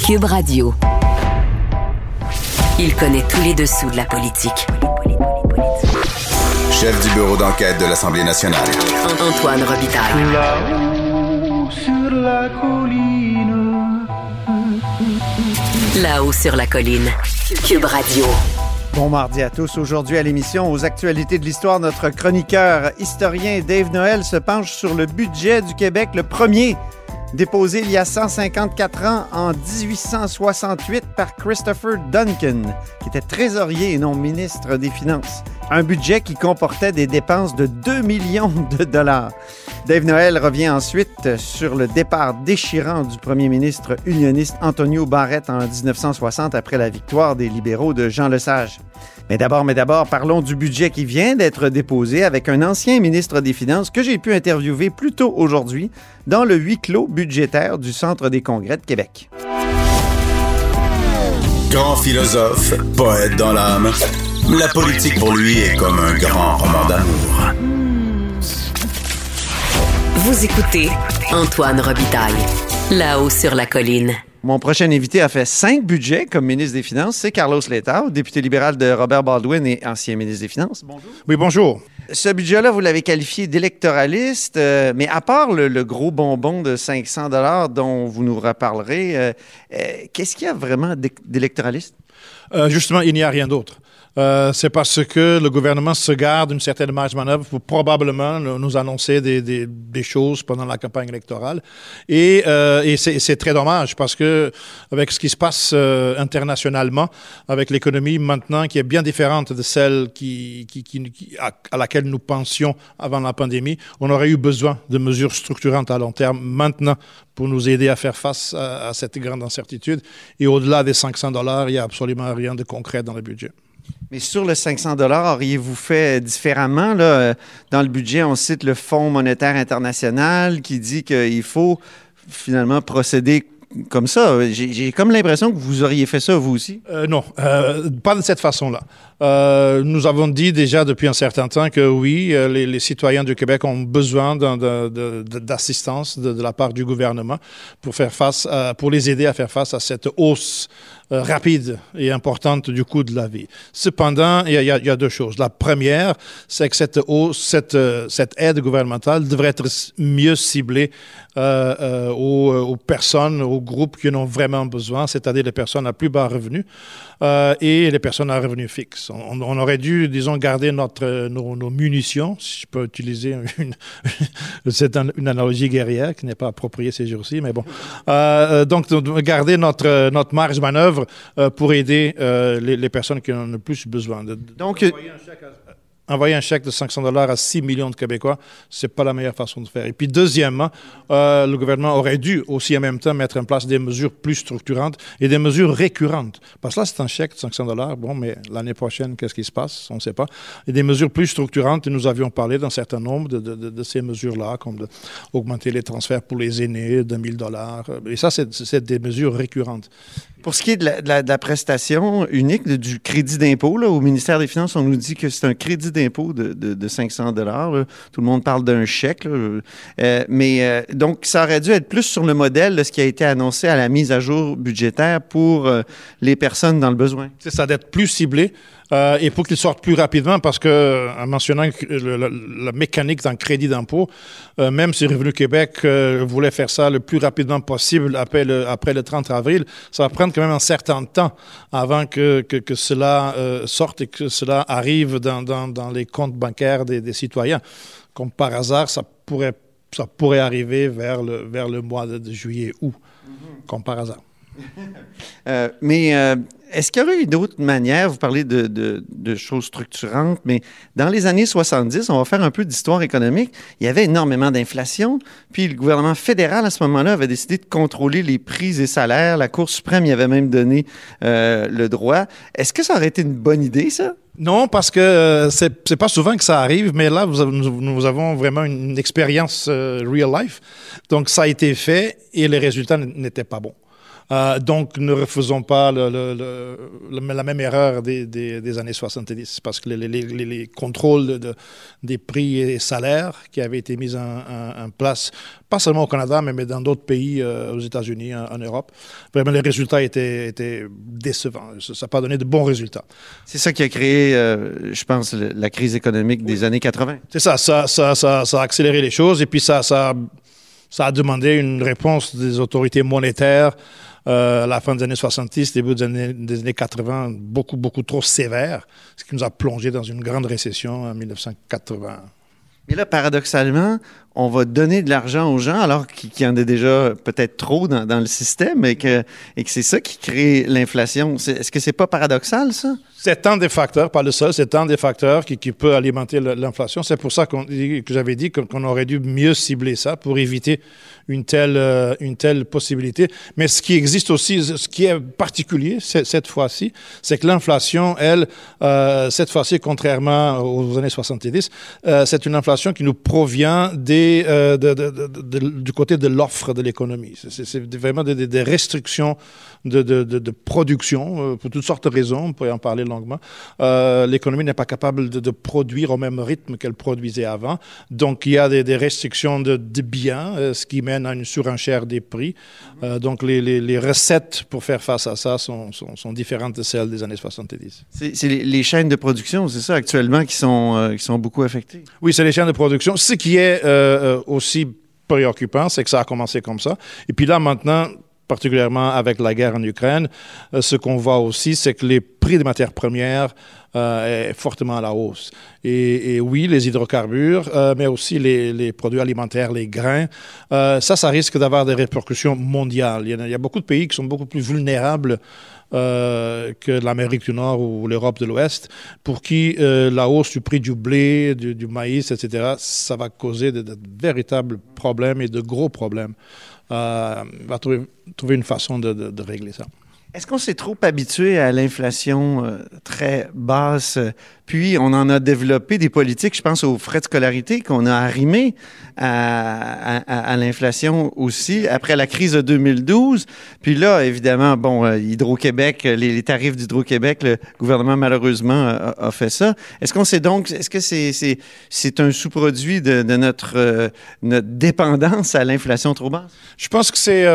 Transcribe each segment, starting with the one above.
Cube Radio. Il connaît tous les dessous de la politique. Chef du bureau d'enquête de l'Assemblée nationale. Antoine Robitaille. Là-haut sur la colline. Là-haut sur la colline. Cube Radio. Bon mardi à tous. Aujourd'hui à l'émission, aux actualités de l'histoire, notre chroniqueur historien Dave Noël se penche sur le budget du Québec, le premier, déposé il y a 154 ans, en 1868, par Christopher Duncan, qui était trésorier et non ministre des Finances. Un budget qui comportait des dépenses de 2 millions de dollars. Dave Noël revient ensuite sur le départ déchirant du premier ministre unioniste Antonio Barrett en 1960 après la victoire des libéraux de Jean Lesage. Mais d'abord, parlons du budget qui vient d'être déposé avec un ancien ministre des Finances que j'ai pu interviewer plus tôt aujourd'hui dans le huis clos budgétaire du Centre des congrès de Québec. Grand philosophe, poète dans l'âme, la politique pour lui est comme un grand roman d'amour. Vous écoutez Antoine Robitaille. Là-haut sur la colline. Mon prochain invité a fait 5 budgets comme ministre des Finances. C'est Carlos Letao, député libéral de Robert Baldwin et ancien ministre des Finances. Bonjour. Oui, bonjour. Ce budget-là, vous l'avez qualifié d'électoraliste, mais à part le gros bonbon de 500 $ dont vous nous reparlerez, qu'est-ce qu'il y a vraiment d'électoraliste? Justement, il n'y a rien d'autre. C'est parce que le gouvernement se garde une certaine marge de manœuvre pour probablement nous annoncer des choses pendant la campagne électorale. Et c'est très dommage parce que avec ce qui se passe internationalement, avec l'économie maintenant qui est bien différente de celle à laquelle nous pensions avant la pandémie, on aurait eu besoin de mesures structurantes à long terme maintenant pour nous aider à faire face à cette grande incertitude. Et au-delà des 500 $, il n'y a absolument rien de concret dans le budget. Mais sur le 500 $ auriez-vous fait différemment? Là? Dans le budget, on cite le Fonds monétaire international qui dit qu'il faut finalement procéder comme ça. J'ai comme l'impression que vous auriez fait ça, vous aussi. Non, pas de cette façon-là. Nous avons dit déjà depuis un certain temps que oui, les citoyens du Québec ont besoin d'assistance de la part du gouvernement pour les aider à faire face à cette hausse rapide et importante du coût de la vie. Cependant, il y a deux choses. La première, c'est que cette aide gouvernementale devrait être mieux ciblée aux personnes, aux groupes qui en ont vraiment besoin, c'est-à-dire les personnes à plus bas revenus et les personnes à revenus fixes. On aurait dû, disons, garder nos munitions, si je peux utiliser c'est une analogie guerrière qui n'est pas appropriée ces jours-ci, mais bon. Donc, garder notre marge de manœuvre pour aider les personnes qui en ont le plus besoin. Donc, envoyer un chèque de 500 $ à 6 millions de Québécois, c'est pas la meilleure façon de faire. Et puis, deuxièmement, le gouvernement aurait dû aussi en même temps mettre en place des mesures plus structurantes et des mesures récurrentes. Parce que là, c'est un chèque de 500 $. Bon, mais l'année prochaine, qu'est-ce qui se passe? On ne sait pas. Et des mesures plus structurantes, et nous avions parlé d'un certain nombre de ces mesures-là, comme d'augmenter les transferts pour les aînés de 1 000 $. Et ça, c'est des mesures récurrentes. Pour ce qui est de la prestation unique du crédit d'impôt, là, au ministère des Finances, on nous dit que c'est un crédit d'impôt de 500 $. Là. Tout le monde parle d'un chèque. Donc, ça aurait dû être plus sur le modèle de ce qui a été annoncé à la mise à jour budgétaire pour les personnes dans le besoin. C'est ça, d'être plus ciblé. Et pour qu'il sorte plus rapidement, parce que, en mentionnant la mécanique d'un crédit d'impôt, même si Revenu Québec voulait faire ça le plus rapidement possible après le 30 avril, ça va prendre quand même un certain temps avant que cela sorte et que cela arrive dans les comptes bancaires des citoyens. Comme par hasard, ça pourrait arriver vers le mois de juillet-août, comme par hasard. Est-ce qu'il y aurait eu d'autres manières? Vous parlez de choses structurantes, mais dans les années 70, on va faire un peu d'histoire économique, il y avait énormément d'inflation, puis le gouvernement fédéral, à ce moment-là, avait décidé de contrôler les prix et salaires. La Cour suprême y avait même donné le droit. Est-ce que ça aurait été une bonne idée, ça? Non, parce que c'est pas souvent que ça arrive, mais là, nous avons vraiment une expérience real life. Donc, ça a été fait et les résultats n'étaient pas bons. Donc, ne refaisons pas la même erreur des années 70, parce que les contrôles des prix et salaires qui avaient été mis en place, pas seulement au Canada, mais dans d'autres pays, aux États-Unis, en Europe, vraiment les résultats étaient décevants. Ça n'a pas donné de bons résultats. C'est ça qui a créé, je pense, la crise économique des années 80. C'est ça a accéléré les choses, et puis ça a demandé une réponse des autorités monétaires à la fin des années 70, début des années 80, beaucoup, beaucoup trop sévère, ce qui nous a plongé dans une grande récession en 1980. Mais là, paradoxalement, on va donner de l'argent aux gens alors qu'il y en a déjà peut-être trop dans le système et que c'est ça qui crée l'inflation. Est-ce que c'est pas paradoxal, ça? C'est un des facteurs, pas le seul, c'est un des facteurs qui peut alimenter l'inflation. C'est pour ça que j'avais dit qu'on aurait dû mieux cibler ça pour éviter une telle possibilité. Mais ce qui existe aussi, ce qui est particulier cette fois-ci, c'est que l'inflation, elle, cette fois-ci, contrairement aux années 70, c'est une inflation qui nous provient du côté de l'offre de l'économie. C'est vraiment des restrictions de production pour toutes sortes de raisons, on pourrait en parler longuement. L'économie n'est pas capable de produire au même rythme qu'elle produisait avant. Donc, il y a des restrictions de biens, ce qui mène à une surenchère des prix. Donc, les recettes pour faire face à ça sont différentes de celles des années 70. C'est les chaînes de production, c'est ça, actuellement, qui sont beaucoup affectées? Oui, c'est les chaînes de production. Ce qui est aussi préoccupant, c'est que ça a commencé comme ça. Et puis là, maintenant, particulièrement avec la guerre en Ukraine, ce qu'on voit aussi, c'est que les prix des matières premières est fortement à la hausse. Et oui, les hydrocarbures, mais aussi les produits alimentaires, les grains, ça risque d'avoir des répercussions mondiales. Il y a beaucoup de pays qui sont beaucoup plus vulnérables que l'Amérique du Nord ou l'Europe de l'Ouest, pour qui la hausse du prix du blé, du maïs, etc., ça va causer de véritables problèmes et de gros problèmes. Va trouver une façon de régler ça. Est-ce qu'on s'est trop habitué à l'inflation très basse? Puis, on en a développé des politiques, je pense aux frais de scolarité, qu'on a arrimés à l'inflation aussi, après la crise de 2012. Puis là, évidemment, bon, Hydro-Québec, les tarifs d'Hydro-Québec, le gouvernement, malheureusement, a fait ça. Est-ce que c'est un sous-produit de notre dépendance à l'inflation trop basse? Je pense que c'est...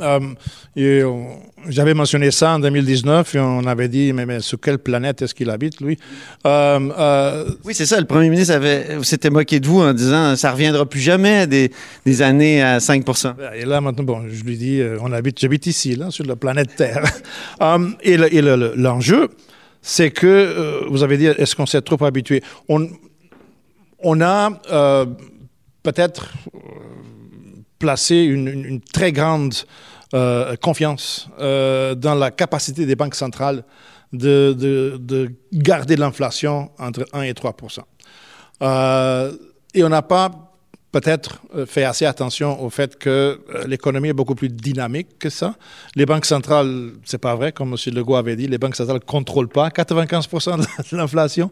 j'avais mentionné ça en 2019 et on avait dit, mais sur quelle planète est-ce qu'il habite, lui? Oui, c'est ça. Le premier ministre s'était moqué de vous en disant ça ne reviendra plus jamais des années à 5 %. Et là, maintenant, bon, je lui dis, j'habite ici, là, sur la planète Terre. Et l'enjeu, c'est que, vous avez dit, est-ce qu'on s'est trop habitué? On a peut-être placé une très grande confiance dans la capacité des banques centrales de garder l'inflation entre 1 et 3 %. Et on n'a pas peut-être fait assez attention au fait que l'économie est beaucoup plus dynamique que ça. Les banques centrales, c'est pas vrai, comme M. Legault avait dit, les banques centrales ne contrôlent pas 95% de l'inflation.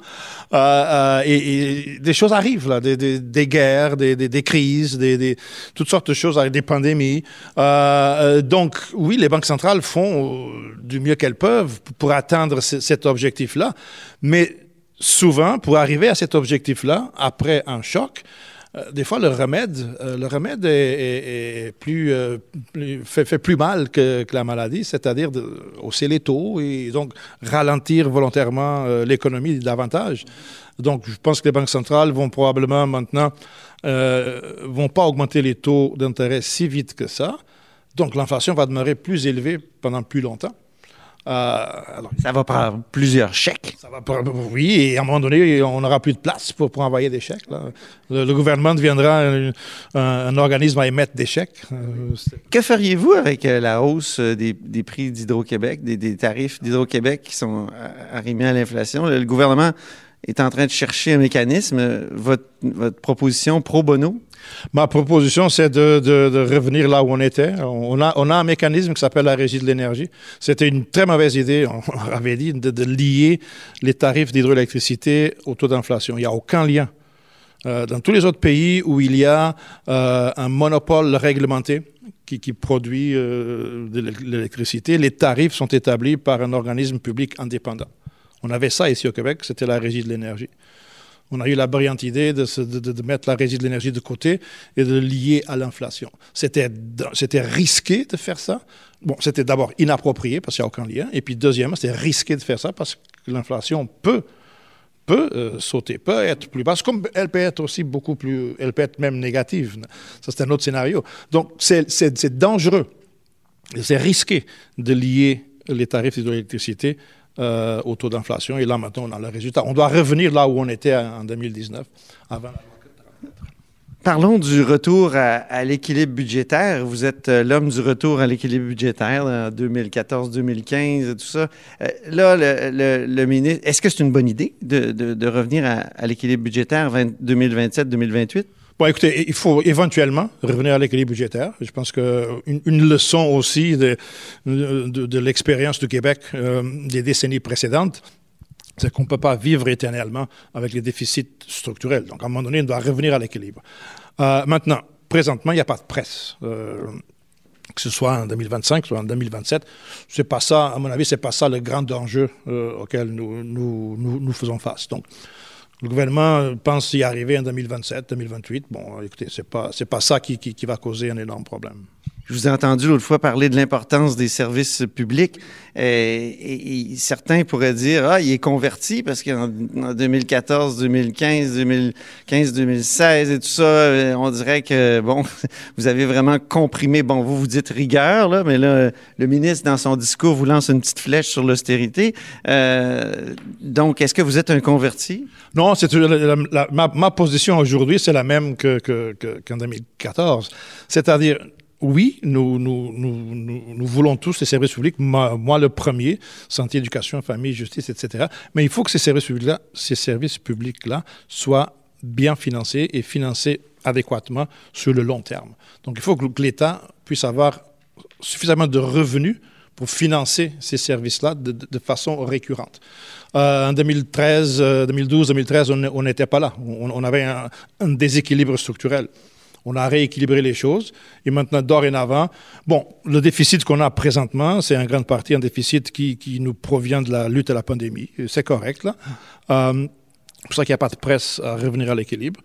Et des choses arrivent, là, des guerres, des crises, toutes sortes de choses, des pandémies. Donc, oui, les banques centrales font du mieux qu'elles peuvent pour atteindre cet objectif-là. Mais souvent, pour arriver à cet objectif-là, après un choc, des fois, le remède fait plus mal que la maladie, c'est-à-dire hausser les taux et donc ralentir volontairement l'économie davantage. Donc, je pense que les banques centrales vont probablement maintenant vont pas augmenter les taux d'intérêt si vite que ça. Donc, l'inflation va demeurer plus élevée pendant plus longtemps. Alors, ça va prendre plusieurs chèques. Oui, et à un moment donné, on n'aura plus de place pour envoyer des chèques. Là. Le gouvernement deviendra un organisme à émettre des chèques. Que feriez-vous avec la hausse des prix d'Hydro-Québec, des tarifs d'Hydro-Québec qui sont arrimés à l'inflation? Le gouvernement est en train de chercher un mécanisme. Votre proposition pro bono? Ma proposition, c'est de revenir là où on était. On a un mécanisme qui s'appelle la Régie de l'énergie. C'était une très mauvaise idée, on avait dit, de lier les tarifs d'hydroélectricité au taux d'inflation. Il n'y a aucun lien Dans tous les autres pays où il y a un monopole réglementé qui produit de l'électricité, les tarifs sont établis par un organisme public indépendant. On avait ça ici au Québec, c'était la Régie de l'énergie. On a eu la brillante idée de mettre la Régie de l'énergie de côté et de le lier à l'inflation. C'était risqué de faire ça. Bon, c'était d'abord inapproprié parce qu'il n'y a aucun lien. Et puis deuxièmement, c'était risqué de faire ça parce que l'inflation peut sauter, peut être plus basse, comme elle peut être aussi elle peut être même négative. Ça, c'est un autre scénario. Donc, c'est dangereux, c'est risqué de lier les tarifs de l'électricité au taux d'inflation. Et là, maintenant, on a le résultat. On doit revenir là où on était en 2019, avant la loi 44. Parlons du retour à l'équilibre budgétaire. Vous êtes l'homme du retour à l'équilibre budgétaire en 2014-2015 et tout ça. Là, le ministre, est-ce que c'est une bonne idée de revenir à l'équilibre budgétaire 2027-2028? Bon, écoutez, il faut éventuellement revenir à l'équilibre budgétaire. Je pense qu'une leçon aussi de l'expérience du Québec des décennies précédentes, c'est qu'on ne peut pas vivre éternellement avec les déficits structurels. Donc, à un moment donné, on doit revenir à l'équilibre. Maintenant, présentement, il n'y a pas de presse. Que ce soit en 2025, soit en 2027. C'est pas ça, à mon avis, c'est pas ça le grand enjeu auquel nous faisons face. Donc, le gouvernement pense y arriver en 2027, 2028. Bon, écoutez, c'est pas ça qui va causer un énorme problème. Je vous ai entendu l'autre fois parler de l'importance des services publics et certains pourraient dire « il est converti parce qu'en 2014, 2015, 2015, 2016 et tout ça, on dirait que, bon, vous avez vraiment comprimé, bon, vous dites rigueur, là, mais là, le ministre, dans son discours, vous lance une petite flèche sur l'austérité. Donc, est-ce que vous êtes un converti? Non, ma position aujourd'hui, c'est la même qu'en 2014. C'est-à-dire, oui, nous voulons tous les services publics, moi le premier, santé, éducation, famille, justice, etc. Mais il faut que ces services publics-là soient bien financés et financés adéquatement sur le long terme. Donc, il faut que l'État puisse avoir suffisamment de revenus pour financer ces services-là de façon récurrente. En 2013, 2012, 2013, on n'était pas là. On avait un déséquilibre structurel. On a rééquilibré les choses. Et maintenant, dorénavant, bon, le déficit qu'on a présentement, c'est en grande partie un déficit qui nous provient de la lutte à la pandémie. C'est correct, là. C'est pour ça qu'il n'y a pas de presse à revenir à l'équilibre.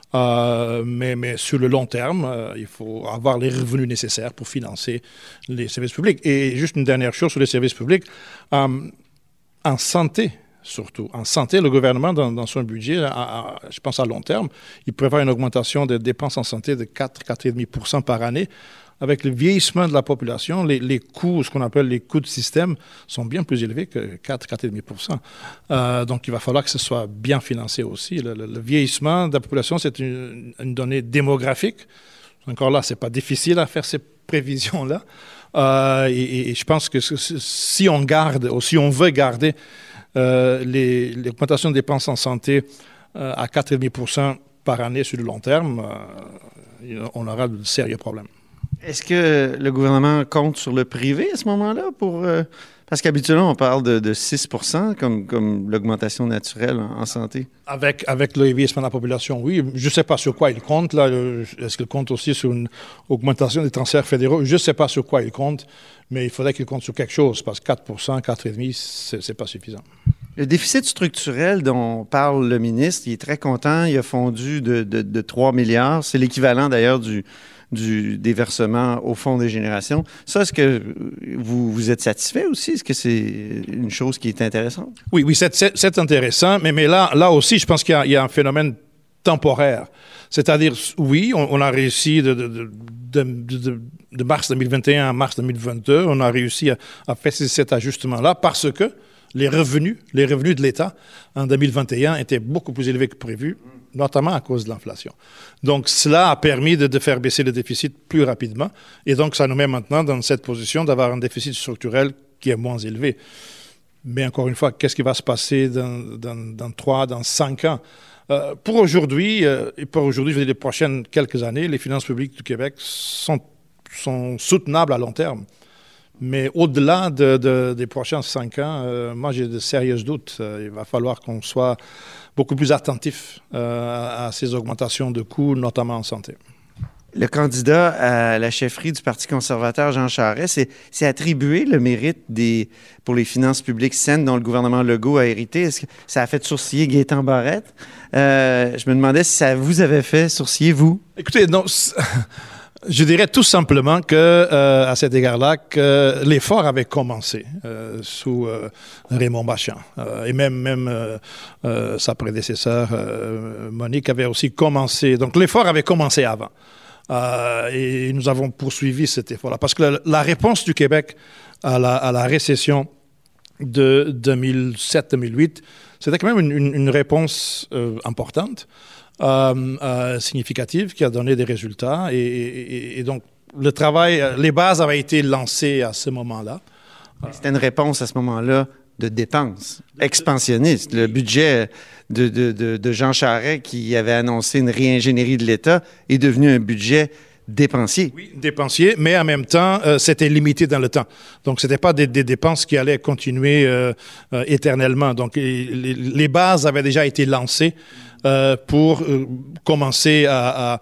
Mais sur le long terme, il faut avoir les revenus nécessaires pour financer les services publics. Et juste une dernière chose sur les services publics. En santé, surtout. En santé, le gouvernement, dans son budget, je pense à long terme, il prévoit une augmentation des dépenses en santé de 4,5% par année. Avec le vieillissement de la population, les coûts, ce qu'on appelle les coûts de système, sont bien plus élevés que 4,5%. Donc, il va falloir que ce soit bien financé aussi. Le vieillissement de la population, c'est une donnée démographique. Encore là, ce n'est pas difficile à faire ces prévisions-là. Et je pense que si on garde, ou si on veut garder l'augmentation des dépenses en santé à 4,5% par année sur le long terme, on aura de sérieux problèmes. Est-ce que le gouvernement compte sur le privé à ce moment-là pour... Parce qu'habituellement, on parle de 6% comme l'augmentation naturelle en santé. Avec le vieillissement de la population, oui. Je ne sais pas sur quoi il compte. Là. Est-ce qu'il compte aussi sur une augmentation des transferts fédéraux? Je ne sais pas sur quoi il compte, mais il faudrait qu'il compte sur quelque chose, parce que 4%, 4,5%, ce n'est pas suffisant. Le déficit structurel dont parle le ministre, il est très content. Il a fondu de 3 milliards. C'est l'équivalent d'ailleurs des versements au Fonds des générations. Ça, est-ce que vous êtes satisfait aussi? Est-ce que c'est une chose qui est intéressante? Oui, c'est intéressant, mais là aussi, je pense qu'il y a un phénomène temporaire. C'est-à-dire, oui, on a réussi de mars 2021 à mars 2022, on a réussi à faire cet ajustement-là parce que les revenus de l'État en 2021 étaient beaucoup plus élevés que prévu, notamment à cause de l'inflation. Donc, cela a permis de faire baisser le déficit plus rapidement. Et donc, ça nous met maintenant dans cette position d'avoir un déficit structurel qui est moins élevé. Mais encore une fois, qu'est-ce qui va se passer dans 3, dans 5 ans? Pour aujourd'hui, je veux dire les prochaines quelques années, les finances publiques du Québec sont soutenables à long terme. Mais au-delà des prochains 5 ans, moi, j'ai de sérieux doutes. Il va falloir qu'on soit beaucoup plus attentif à ces augmentations de coûts, notamment en santé. Le candidat à la chefferie du Parti conservateur, Jean Charest, s'est attribué le mérite pour les finances publiques saines dont le gouvernement Legault a hérité. Est-ce que ça a fait sourciller Gaétan Barrette? Je me demandais si ça vous avait fait sourciller, vous? Écoutez, non, je dirais tout simplement que, à cet égard-là, que l'effort avait commencé sous Raymond Bachand. Et même sa prédécesseur, Monique, avait aussi commencé. Donc, l'effort avait commencé avant. Et nous avons poursuivi cet effort-là. Parce que la réponse du Québec à la récession de 2007-2008, c'était quand même une réponse importante, significative, qui a donné des résultats. Et donc, le travail, les bases avaient été lancées à ce moment-là. C'était une réponse à ce moment-là de dépenses expansionnistes. Le budget de Jean Charest, qui avait annoncé une réingénierie de l'État, est devenu un budget dépensier. Oui, dépensier, mais en même temps, c'était limité dans le temps. Donc, ce n'était pas des dépenses qui allaient continuer éternellement. Donc, les bases avaient déjà été lancées pour commencer à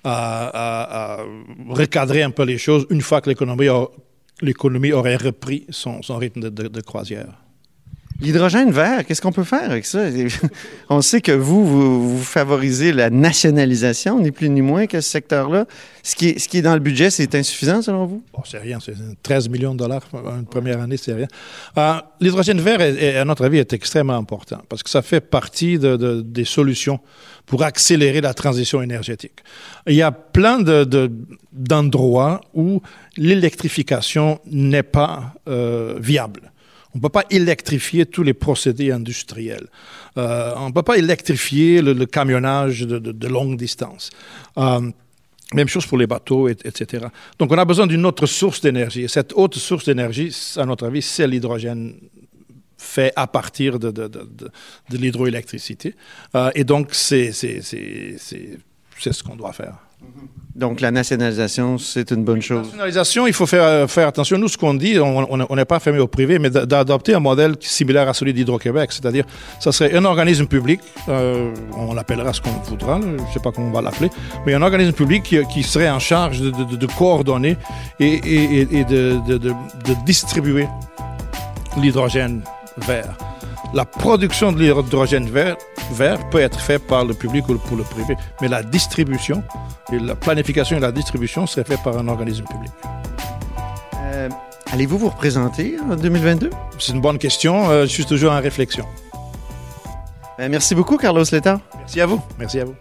recadrer un peu les choses une fois que l'économie aurait repris son rythme de croisière. L'hydrogène vert, qu'est-ce qu'on peut faire avec ça? On sait que vous favorisez la nationalisation, ni plus ni moins que ce secteur-là. Ce qui est dans le budget, c'est insuffisant selon vous? Bon, c'est rien, c'est 13 millions de dollars une première année, c'est rien. L'hydrogène vert, à notre avis, est extrêmement important parce que ça fait partie des solutions pour accélérer la transition énergétique. Il y a plein d'endroits où l'électrification n'est pas viable. On ne peut pas électrifier tous les procédés industriels. On ne peut pas électrifier le camionnage de longue distance. Même chose pour les bateaux, etc. Donc, on a besoin d'une autre source d'énergie. Et cette autre source d'énergie, à notre avis, c'est l'hydrogène fait à partir de l'hydroélectricité. Et donc, c'est ce qu'on doit faire. Donc, la nationalisation, c'est une bonne chose. La nationalisation, il faut faire attention. Nous, ce qu'on dit, on n'est pas fermé au privé, mais d'adopter un modèle similaire à celui d'Hydro-Québec. C'est-à-dire, ça serait un organisme public, on l'appellera ce qu'on voudra, je ne sais pas comment on va l'appeler, mais un organisme public qui serait en charge de coordonner et de distribuer l'hydrogène vert. La production de l'hydrogène vert peut être faite par le public ou pour le privé, mais la distribution, et la planification et la distribution serait faite par un organisme public. Allez-vous vous représenter en 2022? C'est une bonne question. Je suis toujours en réflexion. Merci beaucoup, Carlos Letao. Merci à vous. Merci à vous.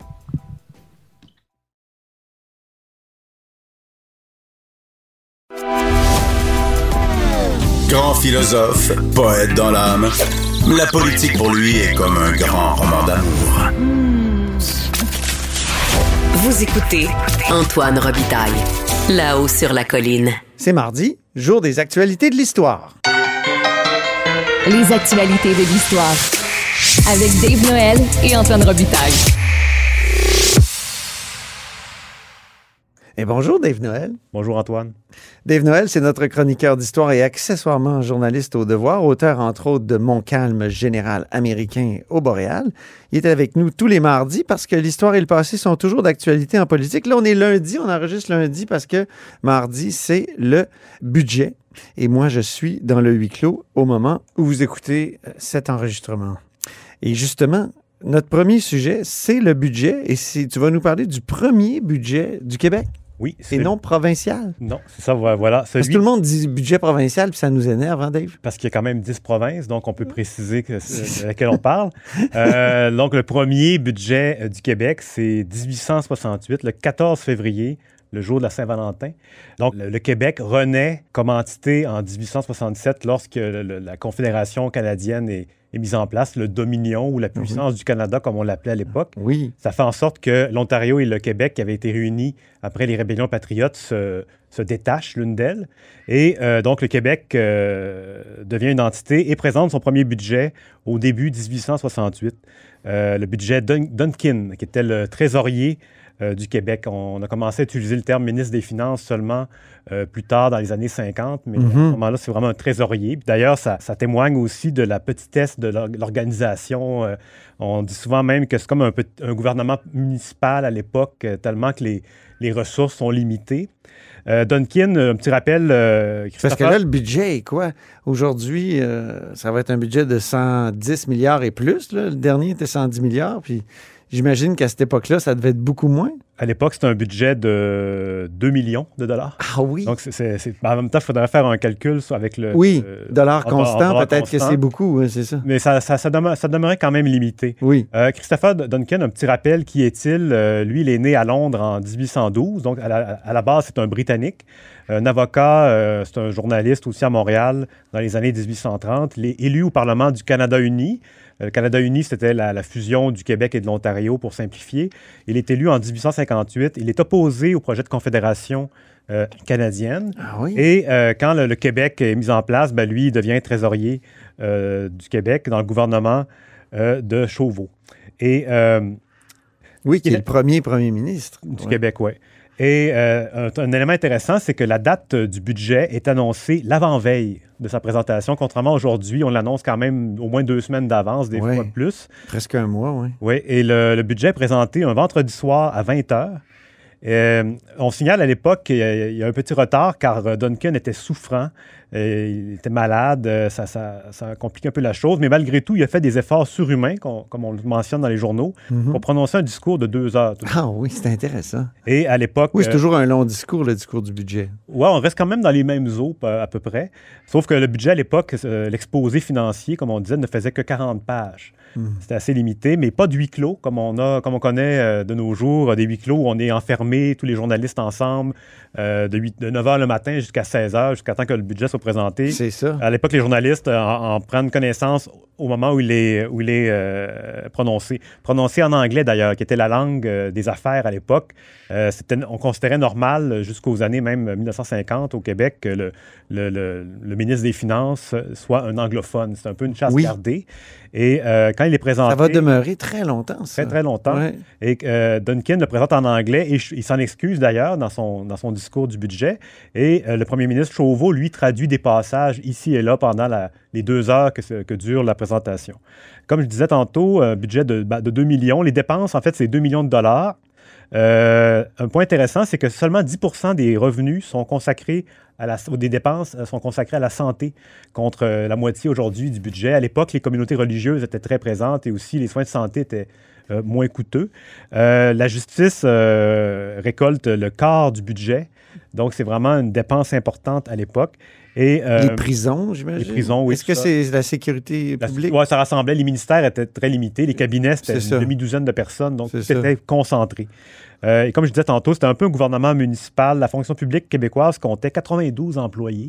Grand philosophe, poète dans l'âme, la politique pour lui est comme un grand roman d'amour. Vous écoutez Antoine Robitaille, là-haut sur la colline. C'est mardi, jour des actualités de l'histoire. Les actualités de l'histoire avec Dave Noël et Antoine Robitaille. Et bonjour, Dave Noël. Bonjour, Antoine. Dave Noël, c'est notre chroniqueur d'histoire et accessoirement journaliste au Devoir, auteur entre autres de Montcalm, général américain au Boréal. Il est avec nous tous les mardis parce que l'histoire et le passé sont toujours d'actualité en politique. Là, on est lundi, on enregistre lundi parce que mardi, c'est le budget. Et moi, je suis dans le huis clos au moment où vous écoutez cet enregistrement. Et justement, notre premier sujet, c'est le budget. Et tu vas nous parler du premier budget du Québec. Oui. Et non provincial. Non, c'est ça, voilà. Parce que tout le monde dit budget provincial, puis ça nous énerve, hein, Dave? Parce qu'il y a quand même 10 provinces, donc on peut préciser de laquelle on parle. Donc, le premier budget du Québec, c'est 1868, le 14 février, le jour de la Saint-Valentin. Donc, le Québec renaît comme entité en 1867 lorsque la Confédération canadienne est mise en place, le Dominion ou la puissance du Canada, comme on l'appelait à l'époque. Oui. Ça fait en sorte que l'Ontario et le Québec, qui avaient été réunis après les rébellions patriotes, se détachent l'une d'elles. Et donc, le Québec devient une entité et présente son premier budget au début 1868. Le budget Duncan, qui était le trésorier du Québec. On a commencé à utiliser le terme ministre des Finances seulement plus tard dans les années 50, mais à ce moment-là, c'est vraiment un trésorier. Puis d'ailleurs, ça témoigne aussi de la petitesse de l'organisation. On dit souvent même que c'est comme un gouvernement municipal à l'époque, tellement que les ressources sont limitées. Duncan, un petit rappel. Parce que là, le budget est quoi? Aujourd'hui, ça va être un budget de 110 milliards et plus. Là. Le dernier était 110 milliards. Puis j'imagine qu'à cette époque-là, ça devait être beaucoup moins. À l'époque, c'était un budget de 2 millions de dollars. Ah oui? Donc, en même temps, il faudrait faire un calcul avec le... Oui, dollars constants, peut-être que c'est beaucoup, oui, c'est ça. Mais ça demeurait quand même limité. Oui. Christopher Duncan, un petit rappel, qui est-il? Lui, il est né à Londres en 1812, donc à la base, c'est un Britannique. Un avocat, c'est un journaliste aussi à Montréal dans les années 1830. Il est élu au Parlement du Canada uni. Le Canada uni, c'était la fusion du Québec et de l'Ontario, pour simplifier. Il est élu en 1858. Il est opposé au projet de confédération canadienne. Ah oui? Et quand le Québec est mis en place, lui, il devient trésorier du Québec dans le gouvernement de Chauveau. Et, oui, qui est le premier ministre. Du Québec, oui. Et un élément intéressant, c'est que la date du budget est annoncée l'avant-veille de sa présentation. Contrairement à aujourd'hui, on l'annonce quand même au moins 2 semaines d'avance, des fois plus. Presque un mois, oui. Oui, et le budget est présenté un vendredi soir à 20h. On signale à l'époque qu'il y a un petit retard car Duncan était souffrant, il était malade, ça complique un peu la chose, mais malgré tout, il a fait des efforts surhumains, comme on le mentionne dans les journaux, pour prononcer un discours de 2 heures. Ah oui, c'est intéressant. Et à l'époque... Oui, c'est toujours un long discours, le discours du budget. Oui, on reste quand même dans les mêmes eaux à peu près, sauf que le budget à l'époque, l'exposé financier, comme on disait, ne faisait que 40 pages. C'était assez limité, mais pas de huis clos, comme on connaît de nos jours, des huis clos où on est enfermés, tous les journalistes ensemble, de 9h le matin jusqu'à 16h, jusqu'à temps que le budget soit présenté. C'est ça. À l'époque, les journalistes en prennent connaissance au moment où il est prononcé. Prononcé en anglais, d'ailleurs, qui était la langue des affaires à l'époque. On considérait normal, jusqu'aux années même 1950 au Québec, que le ministre des Finances soit un anglophone. C'est un peu une chasse gardée. Et quand il est présenté... Ça va demeurer très longtemps, ça. Très, très longtemps. Ouais. Et Duncan le présente en anglais et il s'en excuse d'ailleurs dans son discours du budget. Et le premier ministre Chauveau, lui, traduit des passages ici et là pendant les 2 heures que dure la présentation. Comme je disais tantôt, un budget de 2 millions. Les dépenses, en fait, c'est 2 millions de dollars. Un point intéressant, c'est que seulement 10% des revenus sont consacrés des dépenses sont consacrées à la santé, contre la moitié aujourd'hui du budget. À l'époque, les communautés religieuses étaient très présentes et aussi les soins de santé étaient moins coûteux. La justice récolte le quart du budget, donc c'est vraiment une dépense importante à l'époque. Et, les prisons, j'imagine? Les prisons, oui. Est-ce que c'est la sécurité publique? Oui, ça rassemblait. Les ministères étaient très limités. Les cabinets, c'était une demi-douzaine de personnes, donc c'était concentré. Et comme je disais tantôt, c'était un peu un gouvernement municipal. La fonction publique québécoise comptait 92 employés.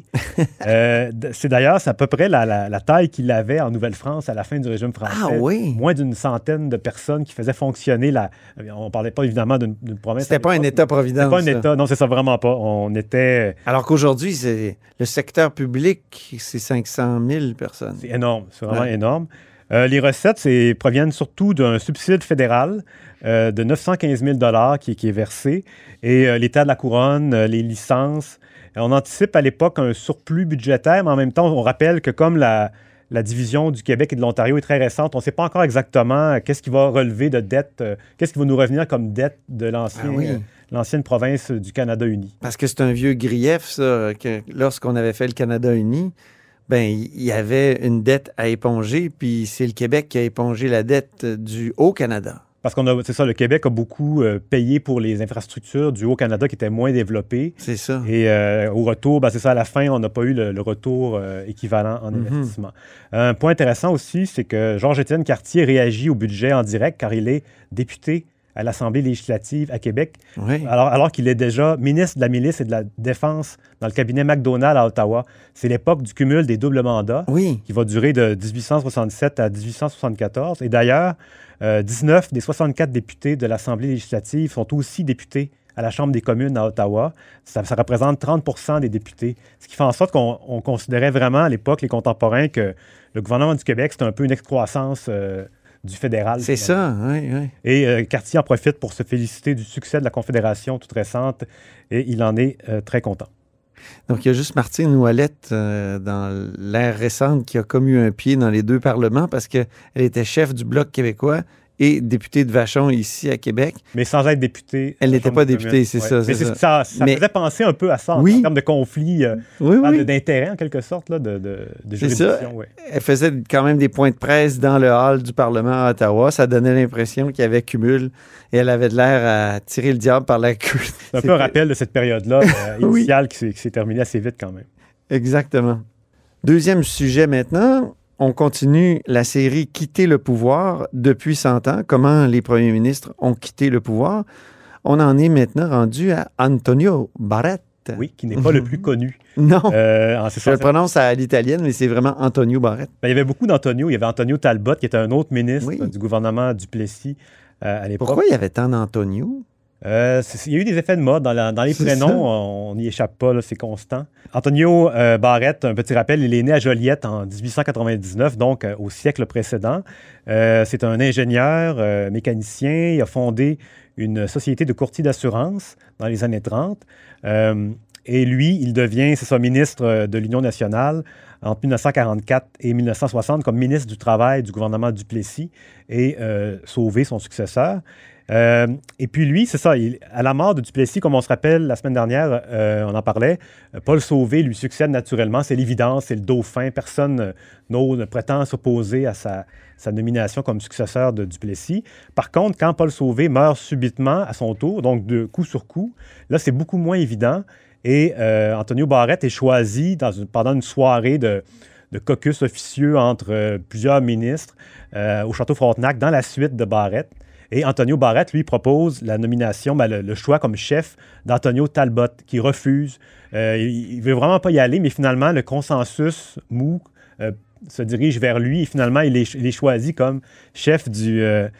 C'est d'ailleurs, c'est à peu près la taille qu'il avait en Nouvelle-France à la fin du régime français. Ah oui? Moins d'une centaine de personnes qui faisaient fonctionner on ne parlait pas évidemment d'une province. C'était pas un État-providence. C'était pas un État. Non, c'est ça, vraiment pas. On était... Alors qu'aujourd'hui, le secteur public, c'est 500 000 personnes. C'est énorme. C'est vraiment énorme. Les recettes proviennent surtout d'un subside fédéral de 915 000 $ qui est versé. Et l'État de la Couronne, les licences. On anticipe à l'époque un surplus budgétaire, mais en même temps, on rappelle que comme la division du Québec et de l'Ontario est très récente, on ne sait pas encore exactement qu'est-ce qui va relever de dette, qu'est-ce qui va nous revenir comme dette de l'ancienne province du Canada uni. Parce que c'est un vieux grief, ça, que lorsqu'on avait fait le Canada uni, il y avait une dette à éponger, puis c'est le Québec qui a épongé la dette du Haut-Canada. Parce c'est ça, le Québec a beaucoup payé pour les infrastructures du Haut-Canada qui étaient moins développées. C'est ça. Et au retour, c'est ça, à la fin, on n'a pas eu le retour équivalent en investissement. Un point intéressant aussi, c'est que Georges-Étienne Cartier réagit au budget en direct car il est député à l'Assemblée législative à Québec, alors qu'il est déjà ministre de la Milice et de la Défense dans le cabinet McDonald à Ottawa. C'est l'époque du cumul des doubles mandats qui va durer de 1867 à 1874. Et d'ailleurs, 19 des 64 députés de l'Assemblée législative sont aussi députés à la Chambre des communes à Ottawa. Ça représente 30% des députés. Ce qui fait en sorte qu'on considérait vraiment à l'époque, les contemporains, que le gouvernement du Québec, c'était un peu une excroissance du fédéral. C'est ça, oui. Et Cartier en profite pour se féliciter du succès de la Confédération toute récente et il en est très content. Donc, il y a juste Martine Ouellette dans l'ère récente qui a comme eu un pied dans les deux parlements parce qu'elle était chef du Bloc québécois et députée de Vachon ici à Québec. Mais sans être députée. Elle n'était pas députée, c'est ça. Mais ça faisait penser un peu à ça en termes de conflit, d'intérêt en quelque sorte, là, de juridiction. Oui. Elle faisait quand même des points de presse dans le hall du Parlement à Ottawa. Ça donnait l'impression qu'il y avait cumul et elle avait de l'air à tirer le diable par la queue. C'est un peu un rappel de cette période-là initiale qui s'est terminée assez vite quand même. Exactement. Deuxième sujet maintenant. On continue la série « Quitter le pouvoir » depuis 100 ans. Comment les premiers ministres ont quitté le pouvoir. On en est maintenant rendu à Antonio Barrett. Oui, qui n'est pas le plus connu. Non, je le prononce à l'italienne, mais c'est vraiment Antonio Barrett. Il y avait beaucoup d'Antonio. Il y avait Antonio Talbot, qui était un autre ministre du gouvernement Duplessis à l'époque. Pourquoi il y avait tant d'Antonio? Il y a eu des effets de mode dans les prénoms, on n'y échappe pas, là, c'est constant. Antonio Barrett, un petit rappel, il est né à Joliette en 1899, donc au siècle précédent. C'est un ingénieur, mécanicien, il a fondé une société de courtier d'assurance dans les années 30. Et lui, il devient, ministre de l'Union nationale entre 1944 et 1960 comme ministre du Travail du gouvernement Duplessis et sauver son successeur. Et puis lui, c'est ça, à la mort de Duplessis, comme on se rappelle la semaine dernière, on en parlait, Paul Sauvé lui succède naturellement, c'est l'évidence, c'est le dauphin, personne ne prétend s'opposer à sa nomination comme successeur de Duplessis. Par contre, quand Paul Sauvé meurt subitement à son tour, donc de coup sur coup, là c'est beaucoup moins évident et Antonio Barrett est choisi pendant une soirée de caucus officieux entre plusieurs ministres au Château Frontenac dans la suite de Barrett. Et Antonio Barrett, lui, propose la nomination, le choix comme chef d'Antonio Talbot, qui refuse. Il ne veut vraiment pas y aller, mais finalement, le consensus mou se dirige vers lui et finalement, il est choisi comme chef du...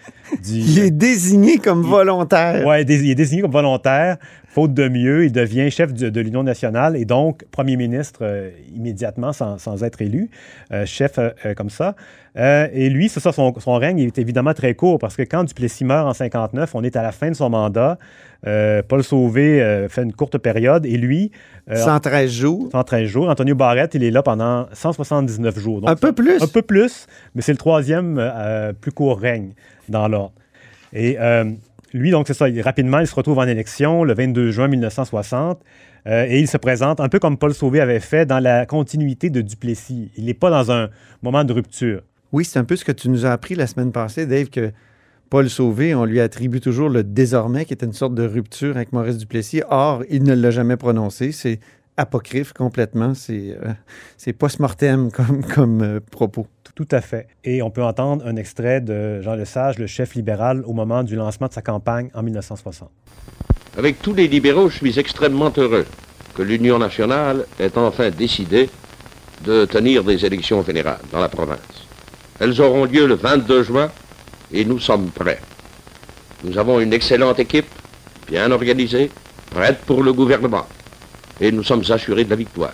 Il est désigné comme volontaire. Oui, il est désigné comme volontaire. Faute de mieux, il devient chef de l'Union nationale et donc premier ministre immédiatement sans être élu, chef comme ça. Et lui, c'est ça, son règne est évidemment très court parce que quand Duplessis meurt en 59, on est à la fin de son mandat. Paul Sauvé fait une courte période et lui... 113 jours. 113 jours. Antonio Barrett, il est là pendant 179 jours. Donc, un peu plus. Un peu plus, mais c'est le troisième plus court règne dans l'ordre. Et... lui, donc, c'est ça, rapidement, il se retrouve en élection le 22 juin 1960 et il se présente un peu comme Paul Sauvé avait fait dans la continuité de Duplessis. Il n'est pas dans un moment de rupture. Oui, c'est un peu ce que tu nous as appris la semaine passée, Dave, que Paul Sauvé, on lui attribue toujours le désormais, qui est une sorte de rupture avec Maurice Duplessis. Or, il ne l'a jamais prononcé. C'est apocryphe complètement. C'est post-mortem comme propos. Tout à fait. Et on peut entendre un extrait de Jean Lesage, le chef libéral, au moment du lancement de sa campagne en 1960. Avec tous les libéraux, je suis extrêmement heureux que l'Union nationale ait enfin décidé de tenir des élections générales dans la province. Elles auront lieu le 22 juin et nous sommes prêts. Nous avons une excellente équipe, bien organisée, prête pour le gouvernement. Et nous sommes assurés de la victoire.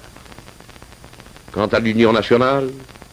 Quant à l'Union nationale,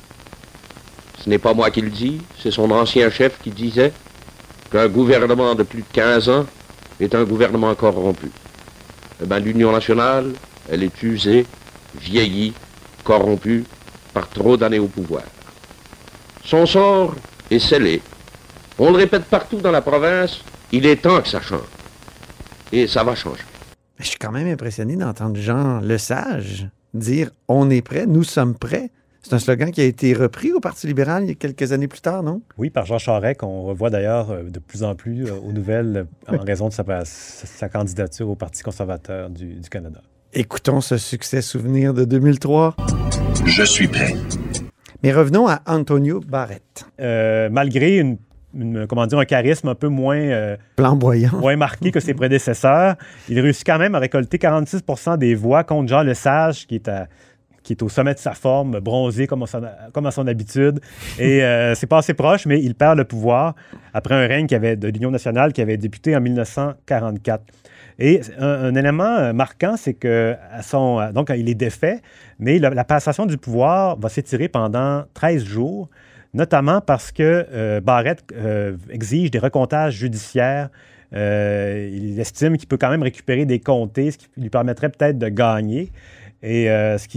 ce n'est pas moi qui le dis, c'est son ancien chef qui disait qu'un gouvernement de plus de 15 ans est un gouvernement corrompu. Eh bien, l'Union nationale, elle est usée, vieillie, corrompue par trop d'années au pouvoir. Son sort est scellé. On le répète partout dans la province, il est temps que ça change. Et ça va changer. Je suis quand même impressionné d'entendre Jean Lesage dire « On est prêt, nous sommes prêts ». C'est un slogan qui a été repris au Parti libéral il y a quelques années plus tard, non? Oui, par Jean Charest, qu'on revoit d'ailleurs de plus en plus aux nouvelles en raison de sa candidature au Parti conservateur du Canada. Écoutons ce succès souvenir de 2003. Je suis prêt. Mais revenons à Antonio Barrett. Malgré un charisme un peu moins... flamboyant. Moins marqué que ses prédécesseurs, il réussit quand même à récolter 46 % des voix contre Jean Lesage, qui est au sommet de sa forme, bronzé comme à son habitude. Et c'est pas assez proche, mais il perd le pouvoir après un règne de l'Union nationale qui avait débuté en 1944. Et un élément marquant, c'est que donc il est défait, mais la passation du pouvoir va s'étirer pendant 13 jours. notamment parce que Barrett exige des recomptages judiciaires. Il estime qu'il peut quand même récupérer des comtés, ce qui lui permettrait peut-être de gagner. Et ce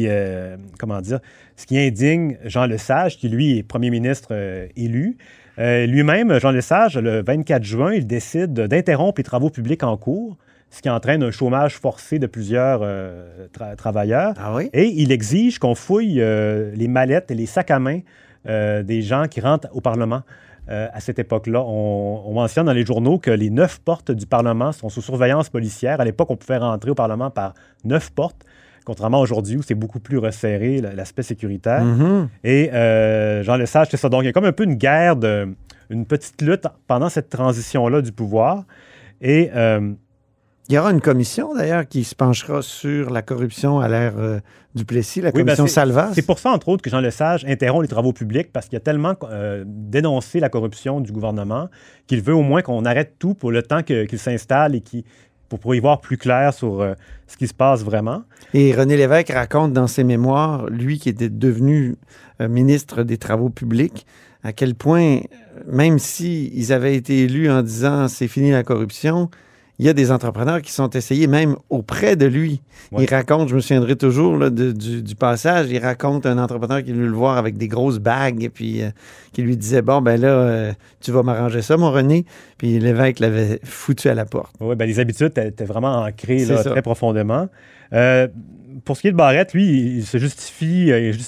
qui indigne Jean Lesage, qui lui est premier ministre élu. Lui-même, Jean Lesage, le 24 juin, il décide d'interrompre les travaux publics en cours, ce qui entraîne un chômage forcé de plusieurs travailleurs. Ah oui? Et il exige qu'on fouille les mallettes et les sacs à main des gens qui rentrent au Parlement. À cette époque-là, on mentionne dans les journaux que les 9 portes du Parlement sont sous surveillance policière. À l'époque, on pouvait rentrer au Parlement par 9 portes. Contrairement à aujourd'hui où c'est beaucoup plus resserré, l'aspect sécuritaire. Mm-hmm. Et Jean Lesage, c'est ça. Donc, il y a comme un peu une guerre, une petite lutte pendant cette transition-là du pouvoir. Et il y aura une commission, d'ailleurs, qui se penchera sur la corruption à l'ère Duplessis, la commission Salvas. C'est pour ça, entre autres, que Jean Lesage interrompt les travaux publics parce qu'il a tellement dénoncé la corruption du gouvernement qu'il veut au moins qu'on arrête tout pour le temps qu'il s'installe et pour y voir plus clair sur ce qui se passe vraiment. Et René Lévesque raconte dans ses mémoires, lui qui était devenu ministre des Travaux publics, à quel point, même s'ils avaient été élus en disant « c'est fini la corruption », il y a des entrepreneurs qui sont essayés même auprès de lui. Ouais. Il raconte, je me souviendrai toujours là, du passage, il raconte un entrepreneur qui est venu le voir avec des grosses bagues et puis qui lui disait « Bon, ben là, tu vas m'arranger ça, mon René. » Puis l'évêque l'avait foutu à la porte. Oui, ben les habitudes étaient vraiment ancrées là, très profondément. Pour ce qui est de Barrett, lui, il justifie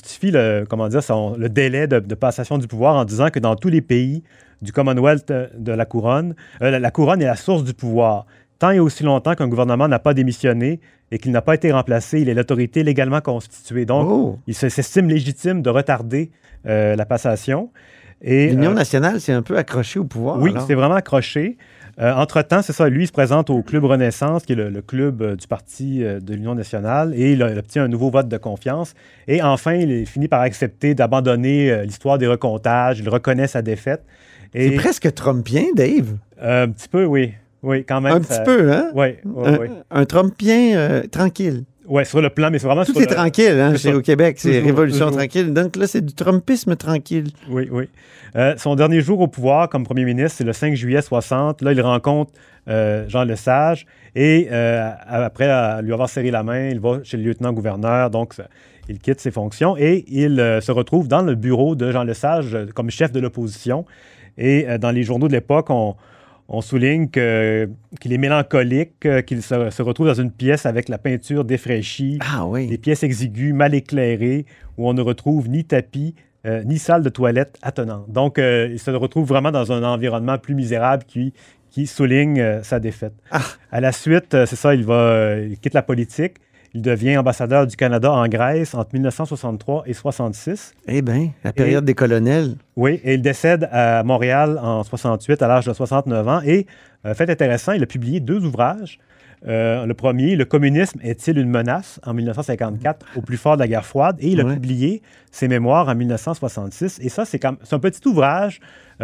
le délai de passation du pouvoir en disant que dans tous les pays du Commonwealth de la Couronne, la Couronne est la source du pouvoir. Tant et aussi longtemps qu'un gouvernement n'a pas démissionné et qu'il n'a pas été remplacé, il est l'autorité légalement constituée. Donc, il s'estime légitime de retarder la passation. L'Union nationale s'est un peu accrochée au pouvoir. Oui, c'est vraiment accroché. Entre-temps, c'est ça, lui, il se présente au Club Renaissance, qui est le club du Parti de l'Union nationale, et il obtient un nouveau vote de confiance. Et enfin, il finit par accepter d'abandonner l'histoire des recomptages. Il reconnaît sa défaite. C'est presque trumpien, Dave. Un petit peu, oui. Oui, quand même. Un petit peu, hein? Oui. Un trumpien tranquille. Oui, sur le plan, mais c'est vraiment Tout est tranquille, hein, au Québec. C'est révolution tranquille. Donc là, c'est du trumpisme tranquille. Oui. Son dernier jour au pouvoir comme premier ministre, c'est le 5 juillet 60. Là, il rencontre Jean Lesage et après lui avoir serré la main, il va chez le lieutenant-gouverneur. Donc, il quitte ses fonctions et il se retrouve dans le bureau de Jean Lesage comme chef de l'opposition. Et dans les journaux de l'époque, on souligne qu'il est mélancolique, qu'il se retrouve dans une pièce avec la peinture défraîchie, des pièces exiguës, mal éclairées, où on ne retrouve ni tapis, ni salle de toilette attenante. Donc, il se retrouve vraiment dans un environnement plus misérable qui souligne sa défaite. À la suite, c'est ça, il quitte la politique. Il devient ambassadeur du Canada en Grèce entre 1963 et 1966. Eh bien, la période des colonels. Oui, et il décède à Montréal en 1968 à l'âge de 69 ans. Et, fait intéressant, il a publié 2 ouvrages. Le premier, « Le communisme est-il une menace » en 1954, au plus fort de la guerre froide. Et il a publié ses mémoires en 1966. Et ça, c'est un petit ouvrage.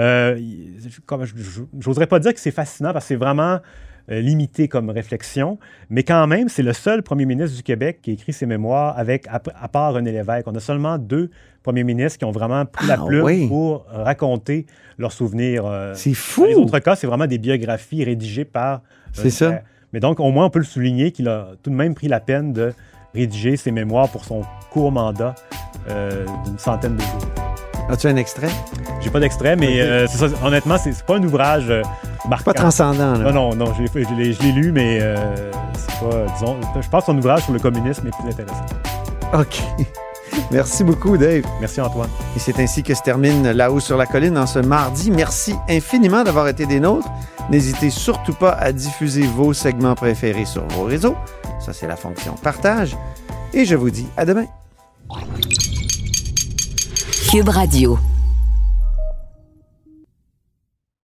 J'oserais pas dire que c'est fascinant parce que c'est vraiment limité comme réflexion, mais quand même, c'est le seul premier ministre du Québec qui a écrit ses mémoires à part René Lévesque. On a seulement 2 premiers ministres qui ont vraiment pris la plume pour raconter leurs souvenirs. C'est fou! Dans les autres cas, c'est vraiment des biographies rédigées par... c'est ça. Mais donc, au moins, on peut le souligner qu'il a tout de même pris la peine de rédiger ses mémoires pour son court mandat d'une centaine de jours. As-tu un extrait? J'ai pas d'extrait, mais c'est ça, honnêtement, c'est pas un ouvrage marquant. Pas transcendant, là. Non, je l'ai lu, mais c'est pas, disons, je pense que son ouvrage sur le communisme est plus intéressant. OK. Merci beaucoup, Dave. Merci, Antoine. Et c'est ainsi que se termine Là-haut sur la colline en ce mardi. Merci infiniment d'avoir été des nôtres. N'hésitez surtout pas à diffuser vos segments préférés sur vos réseaux. Ça, c'est la fonction partage. Et je vous dis à demain. Cube Radio.